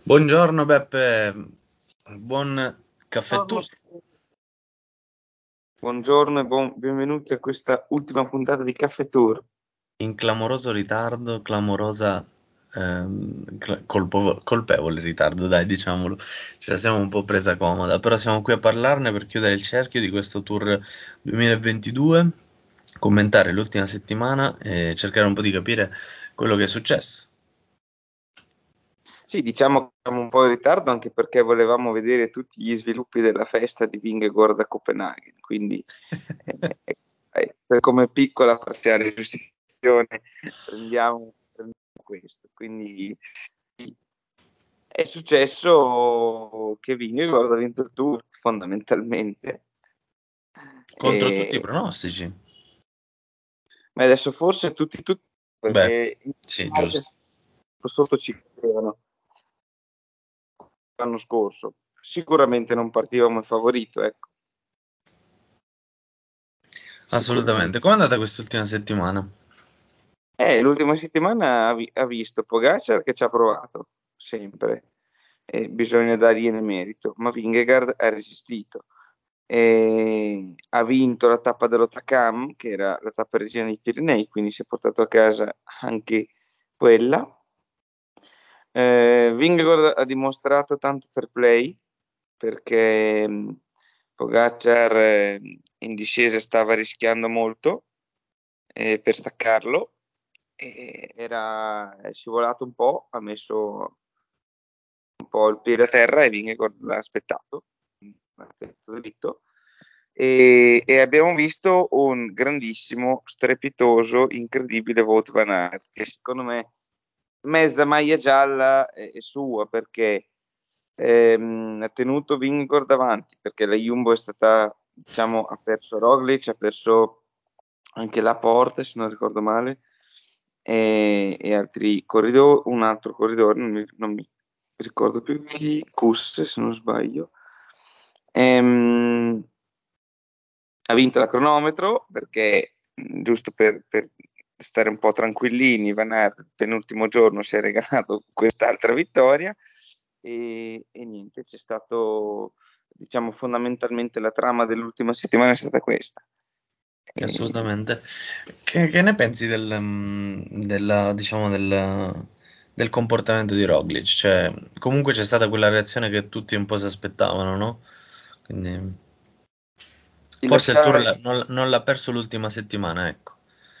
Buongiorno Beppe, buon caffè Buongiorno, tour buongiorno e benvenuti a questa ultima puntata di Caffè Tour. in clamoroso ritardo, clamorosa, colpevole ritardo, dai, diciamolo, ce la siamo un po' presa comoda, però siamo qui a parlarne per chiudere il cerchio di questo tour 2022, commentare l'ultima settimana e cercare un po' di capire quello che è successo. Sì, diciamo che siamo un po' in ritardo anche perché volevamo vedere tutti gli sviluppi della festa di Vingegaard a Copenaghen, quindi per come piccola parziale giustificazione prendiamo questo. Quindi sì, è successo che Vingegaard ha vinto il Tour fondamentalmente. Contro tutti i E pronostici. Ma adesso forse tutti, Beh, perché in sì, parte giusto. sotto ci credevano l'anno scorso. Sicuramente non partiva come favorito, ecco, Assolutamente. sicuramente. Com'è andata quest'ultima settimana? L'ultima settimana ha visto Pogacar che ci ha provato, sempre, e bisogna dargliene merito, ma Vingegaard ha resistito. E ha vinto la tappa dell'Otakam, che era la tappa regina dei Pirenei, quindi si è portato a casa anche quella. Vingegaard ha dimostrato tanto fair play perché Pogacar in discesa stava rischiando molto per staccarlo e è scivolato un po', ha messo un po' il piede a terra e Vingegaard l'ha aspettato, l'ha aspettato dritto. E abbiamo visto un grandissimo, strepitoso, incredibile Wout van Aert, che secondo me mezza maglia gialla è sua perché ha tenuto Vingegaard davanti, perché la Jumbo è stata, diciamo, ha perso Roglic, ha perso anche Laporte, se non ricordo male, e altri corridori, un altro corridore, non mi ricordo più chi, Kuss, se non sbaglio. Ehm, Ha vinto la cronometro perché, giusto per stare un po' tranquillini, Van Aert il penultimo giorno si è regalato quest'altra vittoria e niente, c'è stato, diciamo, fondamentalmente la trama dell'ultima settimana è stata questa. E Assolutamente. Che ne pensi diciamo, del comportamento di Roglic? Cioè, comunque c'è stata quella reazione che tutti un po' si aspettavano, no? Quindi, di forse il Tour lasciare non l'ha perso l'ultima settimana, ecco.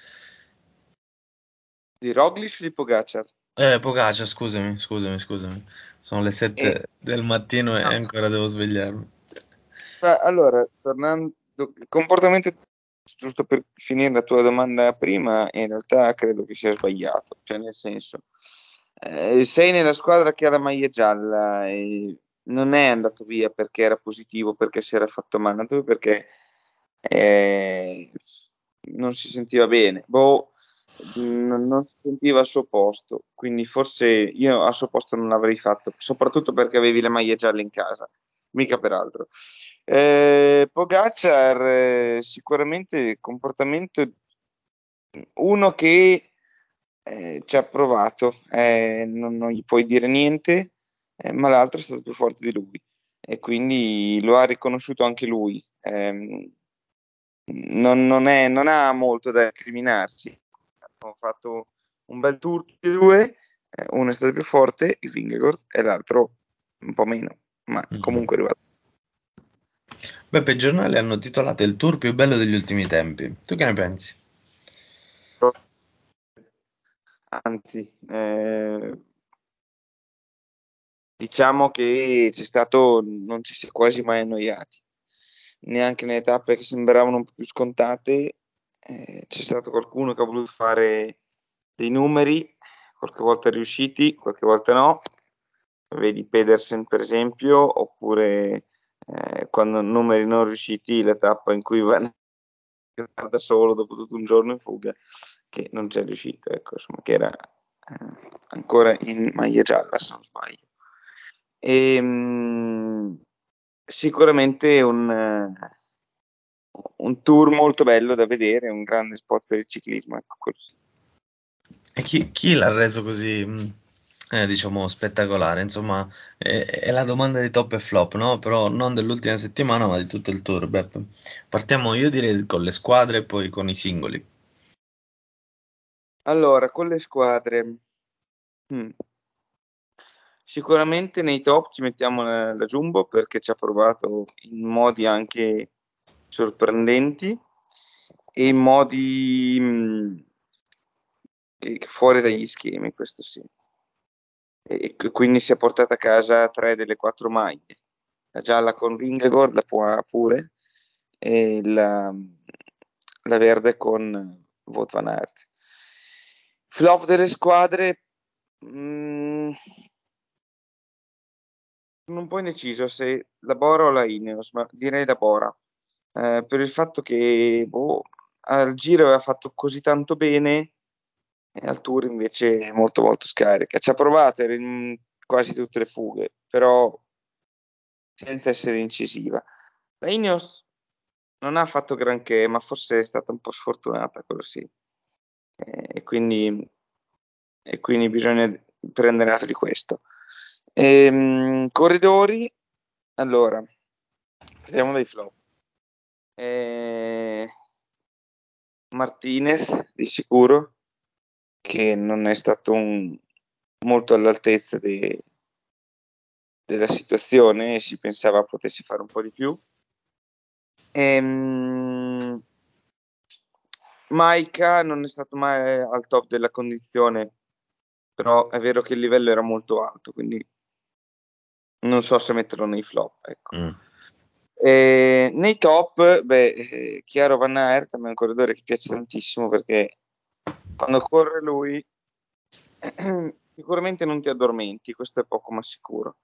di Roglic di Pogacar. Pogacar, scusami. Sono le E, 7 del mattino e no, ancora devo svegliarmi. allora, tornando, il comportamento, giusto per finire la tua domanda prima, in realtà credo che sia sbagliato, cioè nel senso, sei nella squadra che ha la maglia gialla e non è andato via perché era positivo, perché si era fatto male, è andato via perché eh, non si sentiva bene, boh, non si sentiva al suo posto, quindi forse io al suo posto non l'avrei fatto, soprattutto perché avevi le maglie gialle in casa, mica per altro. Pogacar, sicuramente il comportamento, uno che ci ha provato, non gli puoi dire niente, ma l'altro è stato più forte di lui e quindi lo ha riconosciuto anche lui. Non ha molto da incriminarsi. Hanno fatto un bel tour tutti e due, uno è stato più forte, il Vingegaard, e l'altro un po' meno, ma Mm. comunque è arrivato. Beppe, i giornali hanno titolato il tour più bello degli ultimi tempi. Tu che ne pensi? Anzi, diciamo che non ci si è quasi mai annoiati, neanche nelle tappe che sembravano un po' più scontate, c'è stato qualcuno che ha voluto fare dei numeri, qualche volta è riusciti, qualche volta no, vedi Pedersen per esempio, oppure quando numeri non riusciti, la tappa in cui va da solo dopo tutto un giorno in fuga, che non c'è riuscito, ecco, insomma, che era ancora in maglia gialla, se non sbaglio. E, sicuramente un tour molto bello da vedere, un grande spot per il ciclismo, ecco, quello sì. E chi l'ha reso così? diciamo, spettacolare. Insomma, è la domanda di top e flop, no? Però non dell'ultima settimana, ma di tutto il tour. Beppe. Partiamo, io direi, con le squadre e poi con i singoli. Allora, con le squadre, mm, sicuramente nei top ci mettiamo la Jumbo perché ci ha provato in modi anche sorprendenti e in modi che fuori dagli schemi, questo sì. Quindi si è portata a casa 3 delle 4 maglie. La gialla con Vingegaard, la pure, e la verde con Wout van Aert. Flop delle squadre, mm, sono un po' indeciso se la Bora o la Ineos, ma direi la Bora. Per il fatto che al Giro aveva fatto così tanto bene e al Tour invece è molto molto scarica. Ci ha provato in quasi tutte le fughe, però senza essere incisiva. La Ineos non ha fatto granché, ma forse è stata un po' sfortunata, quello sì. E quindi, e quindi bisogna prendere atto di questo. Corridori, allora, parliamo dei flop. Eh, Martinez, di sicuro, che non è stato molto all'altezza della situazione e si pensava potesse fare un po' di più. Ehm, Maika non è stato mai al top della condizione, però è vero che il livello era molto alto, quindi non so se metterlo nei flop, ecco. Mm. Nei top, chiaro Van Aert è un corridore che piace tantissimo perché quando corre lui sicuramente non ti addormenti, questo è poco ma sicuro.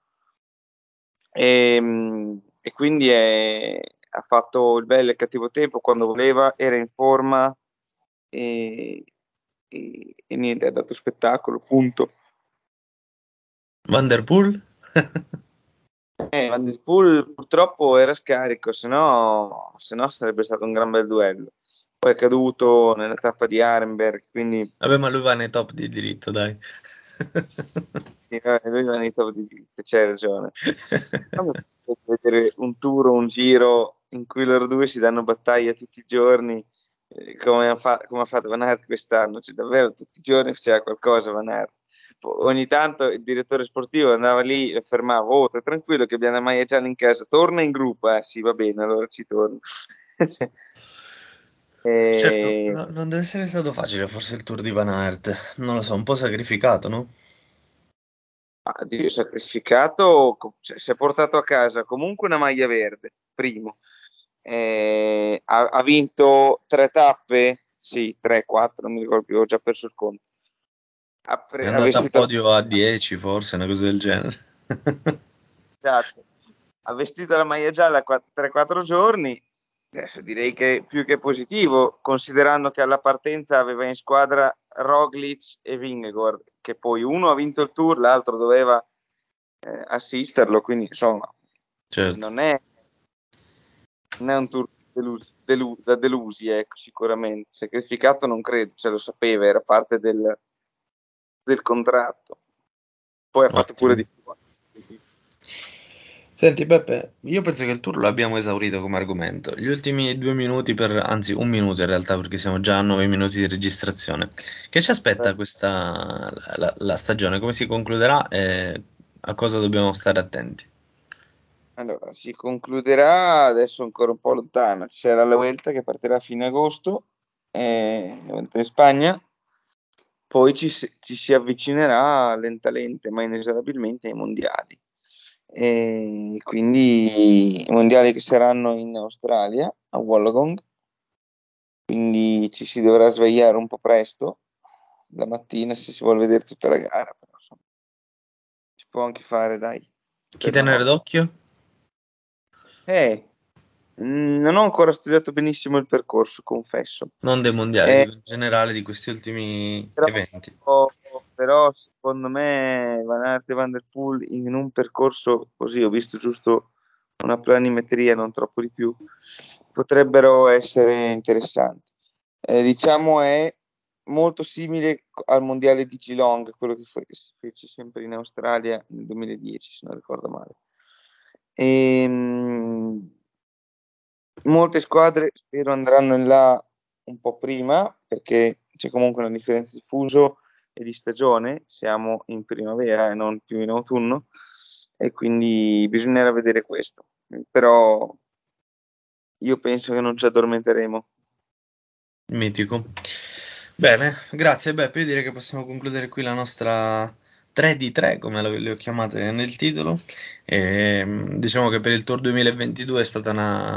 E quindi ha fatto il bello e il cattivo tempo quando voleva, era in forma e, e niente, ha dato spettacolo, punto. Van der Poel? Van der Poel purtroppo era scarico, se no sarebbe stato un gran bel duello. Poi è caduto nella tappa di Arenberg, quindi Vabbè, ma lui va nei top di diritto, dai. sì, lui va nei top di vita, c'hai ragione. Quando vedere un tour o un giro in cui loro due si danno battaglia tutti i giorni, come ha fatto Van Aert quest'anno, cioè davvero tutti i giorni faceva qualcosa Van Aert. Ogni tanto il direttore sportivo andava lì e fermava, oh, stai tranquillo che abbiamo la maglia gialla in casa, torna in gruppo, sì, va bene, allora ci torno. Cioè, Certo, e- non deve essere stato facile forse il tour di Van Aert, non lo so, un po' sacrificato, no? Dio, sacrificato, cioè, si è portato a casa comunque una maglia verde, primo. Ha vinto 3 tappe? Sì, 3, 4, non mi ricordo più, ho già perso il conto. È Ha andata a vestito podio a 10 forse, una cosa del genere. esatto. Ha vestito la maglia gialla 3-4 giorni. Adesso direi che più che positivo, considerando che alla partenza aveva in squadra Roglic e Vingegaard, che poi uno ha vinto il tour, l'altro doveva assisterlo, quindi insomma Certo, non è, non è un tour da delusi, ecco, sicuramente. Sacrificato non credo, ce lo sapeva, era parte del contratto. Poi ha fatto pure ottimo. di più. Senti Beppe, io penso che il tour lo abbiamo esaurito come argomento. Gli ultimi 2 minuti anzi un minuto in realtà perché siamo già a 9 minuti di registrazione. Che ci aspetta la stagione? Come si concluderà e a cosa dobbiamo stare attenti? Allora, si concluderà adesso ancora un po' lontano. C'era la Vuelta che partirà a fine agosto, la Vuelta in Spagna, poi ci si avvicinerà lentamente, ma inesorabilmente ai mondiali. E quindi i mondiali che saranno in Australia, a Wollongong, quindi ci si dovrà svegliare un po' presto la mattina se si vuole vedere tutta la gara, però, insomma, si può anche fare, dai, Chi per la tenere notte. d'occhio? Eh, non ho ancora studiato benissimo il percorso, confesso. Non dei mondiali, Eh, dico in generale di questi ultimi però, eventi. però, secondo me Van Aert e Van der Poel in un percorso così, ho visto giusto una planimetria, non troppo di più, potrebbero essere interessanti. Diciamo è molto simile al mondiale di Geelong, quello che si fece sempre in Australia nel 2010, se non ricordo male. Molte squadre spero andranno in là un po' prima, perché c'è comunque una differenza di fuso e di stagione, siamo in primavera e non più in autunno, e quindi bisognerà vedere questo. Però io penso che non ci addormenteremo. Mitico. Bene, grazie Beppe, io direi che possiamo concludere qui la nostra 3 di 3, come le ho chiamate nel titolo. Diciamo che per il Tour 2022 è stata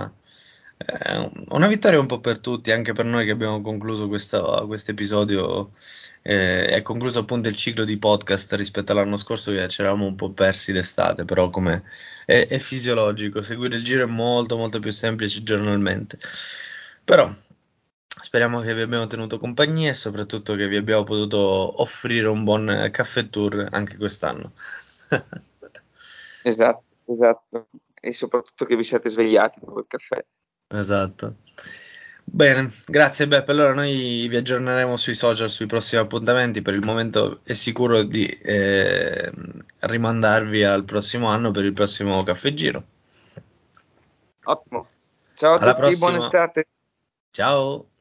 una vittoria un po' per tutti, anche per noi che abbiamo concluso questo episodio. È concluso appunto il ciclo di podcast rispetto all'anno scorso che ci eravamo un po' persi d'estate, però come è fisiologico, seguire il giro è molto molto più semplice giornalmente. Però speriamo che vi abbiamo tenuto compagnia e soprattutto che vi abbiamo potuto offrire un buon caffè tour anche quest'anno. Esatto, esatto. E soprattutto che vi siate svegliati dopo il caffè. Esatto. Bene, grazie Beppe. Allora noi vi aggiorneremo sui social sui prossimi appuntamenti. Per il momento è sicuro di rimandarvi al prossimo anno per il prossimo caffè giro. Ottimo. Ciao a Alla tutti, buona prossima. estate. Ciao.